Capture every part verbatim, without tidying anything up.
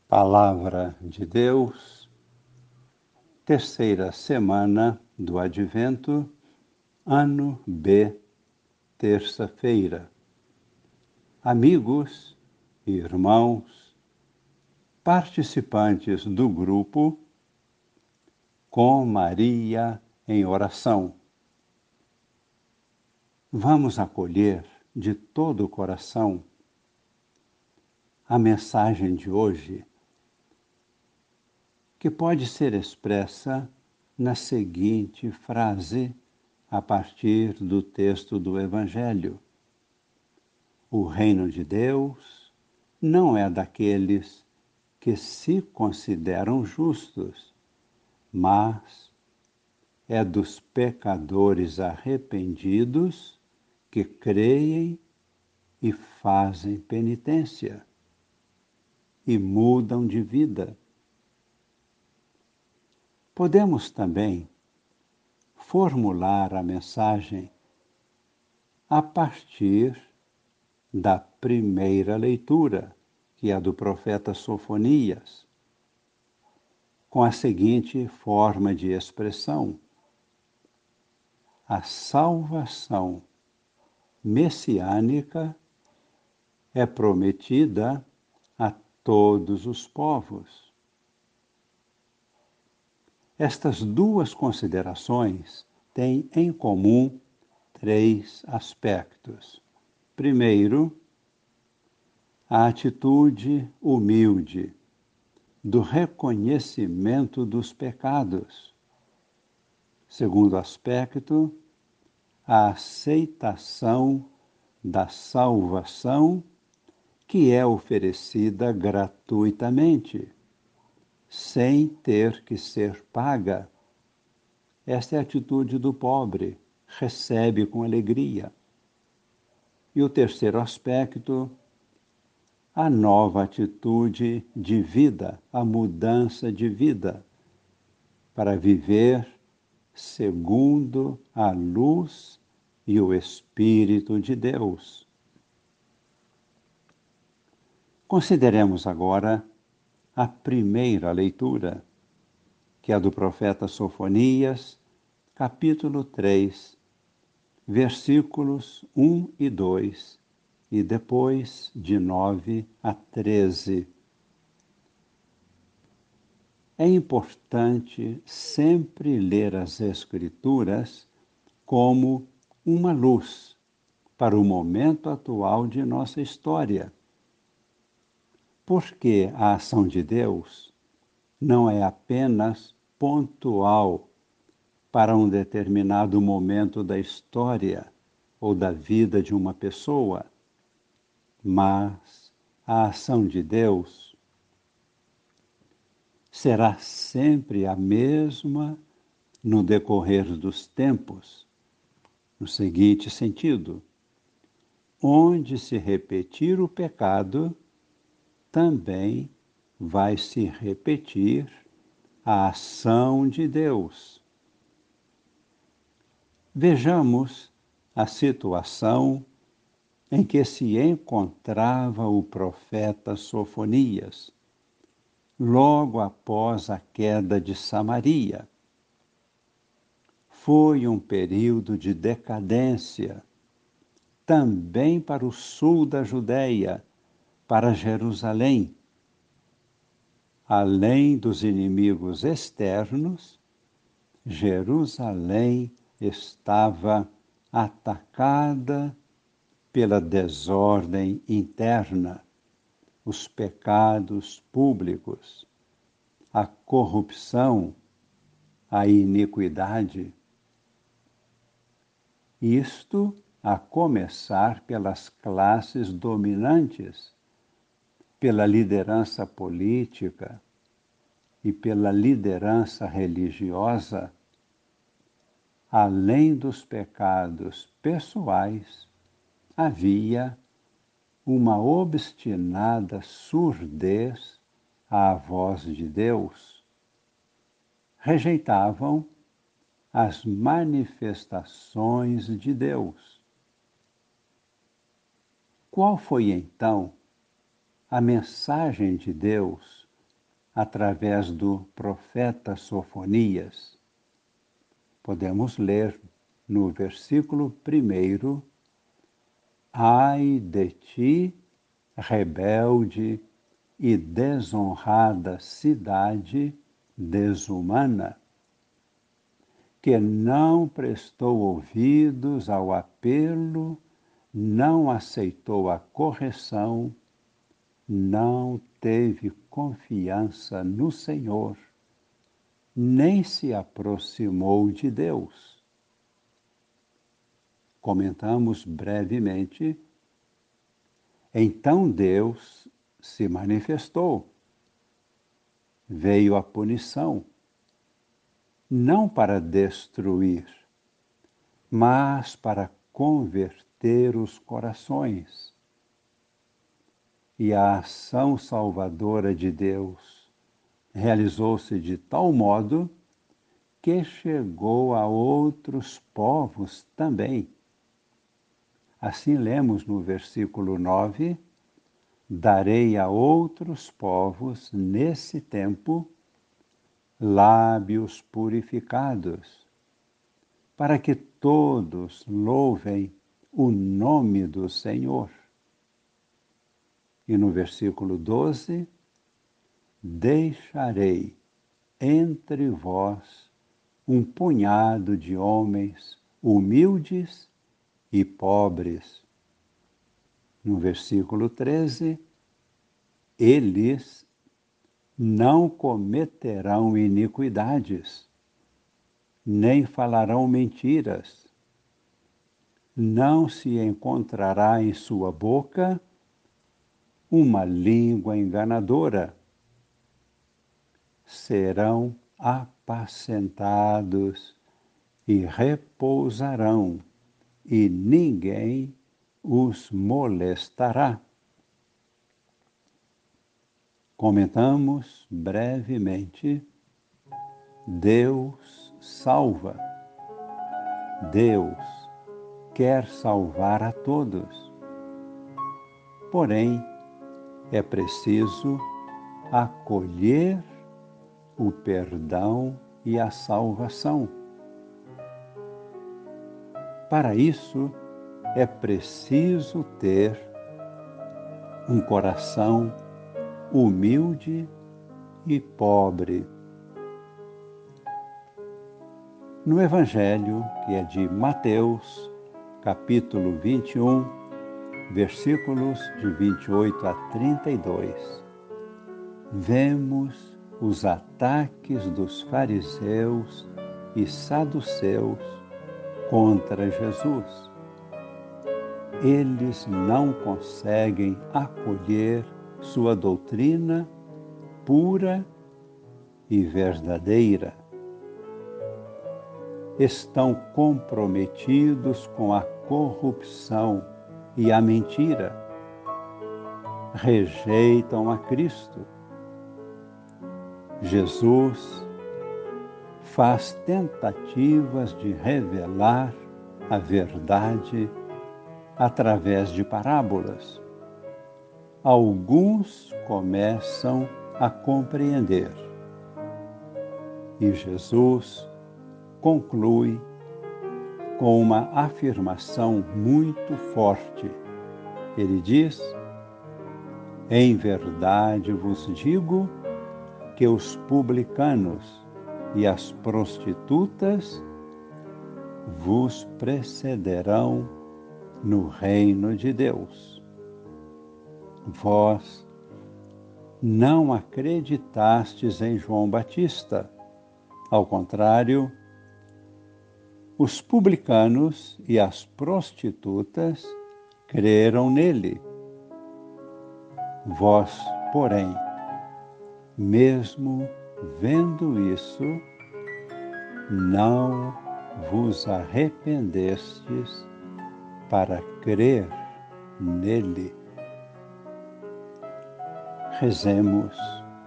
Palavra de Deus, terceira semana do Advento, ano B, terça-feira. Amigos e irmãos, participantes do grupo Com Maria em Oração. Vamos acolher de todo o coração a mensagem de hoje, que pode ser expressa na seguinte frase a partir do texto do Evangelho: o reino de Deus não é daqueles que se consideram justos, mas é dos pecadores arrependidos que creem e fazem penitência e mudam de vida. Podemos também formular a mensagem a partir da primeira leitura, que é a do profeta Sofonias, com a seguinte forma de expressão: a salvação messiânica é prometida a todos os povos. Estas duas considerações têm em comum três aspectos. Primeiro, a atitude humilde do reconhecimento dos pecados. Segundo aspecto, a aceitação da salvação que é oferecida gratuitamente, sem ter que ser paga. Esta é a atitude do pobre, recebe com alegria. E o terceiro aspecto, a nova atitude de vida, a mudança de vida, para viver segundo a luz e o Espírito de Deus. Consideremos agora a primeira leitura, que é a do profeta Sofonias, capítulo três, versículos um e dois, e depois de nove a treze. É importante sempre ler as Escrituras como uma luz para o momento atual de nossa história, porque a ação de Deus não é apenas pontual para um determinado momento da história ou da vida de uma pessoa, mas a ação de Deus será sempre a mesma no decorrer dos tempos, no seguinte sentido: onde se repetir o pecado, também vai se repetir a ação de Deus. Vejamos a situação em que se encontrava o profeta Sofonias, logo após a queda de Samaria. Foi um período de decadência, também para o sul da Judéia, para Jerusalém. Além dos inimigos externos, Jerusalém estava atacada pela desordem interna, os pecados públicos, a corrupção, a iniquidade. Isto a começar pelas classes dominantes, pela liderança política e pela liderança religiosa, além dos pecados pessoais, havia uma obstinada surdez à voz de Deus. Rejeitavam as manifestações de Deus. Qual foi então a mensagem de Deus através do profeta Sofonias. Podemos ler no versículo primeiro: Ai de ti, rebelde e desonrada cidade desumana, que não prestou ouvidos ao apelo, não aceitou a correção, não teve confiança no Senhor, nem se aproximou de Deus. Comentamos brevemente. Então Deus se manifestou. Veio a punição, não para destruir, mas para converter os corações. E a ação salvadora de Deus realizou-se de tal modo que chegou a outros povos também. Assim lemos no versículo nove: darei a outros povos nesse tempo lábios purificados, para que todos louvem o nome do Senhor. E no versículo doze: deixarei entre vós um punhado de homens humildes e pobres. No versículo treze: eles não cometerão iniquidades, nem falarão mentiras. Não se encontrará em sua boca uma língua enganadora. Serão apacentados e repousarão, e ninguém os molestará. Comentamos brevemente. Deus salva. Deus quer salvar a todos. Porém, é preciso acolher o perdão e a salvação. Para isso, é preciso ter um coração humilde e pobre. No Evangelho, que é de Mateus, capítulo vinte e um, versículos de vinte e oito a trinta e dois, vemos os ataques dos fariseus e saduceus contra Jesus. Eles não conseguem acolher sua doutrina pura e verdadeira. Estão comprometidos com a corrupção e a mentira. Rejeitam a Cristo. Jesus faz tentativas de revelar a verdade através de parábolas. Alguns começam a compreender. E Jesus conclui com uma afirmação muito forte. Ele diz: em verdade vos digo que os publicanos e as prostitutas vos precederão no reino de Deus. Vós não acreditastes em João Batista. Ao contrário, os publicanos e as prostitutas creram nele. Vós, porém, mesmo vendo isso, não vos arrependestes para crer nele. Rezemos.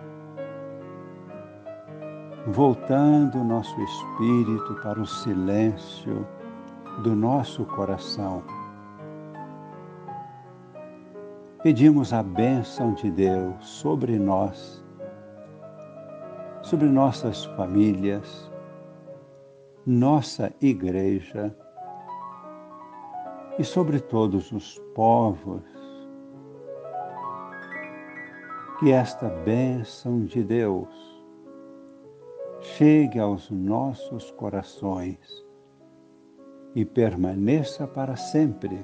Voltando nosso espírito para o silêncio do nosso coração, pedimos a bênção de Deus sobre nós sobre nossas famílias, nossa igreja e sobre todos os povos. Que esta bênção de Deus chegue aos nossos corações e permaneça para sempre.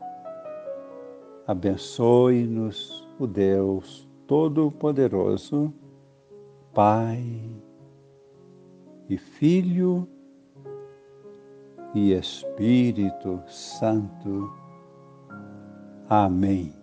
Abençoe-nos o Deus Todo-Poderoso, Pai e Filho e Espírito Santo. Amém.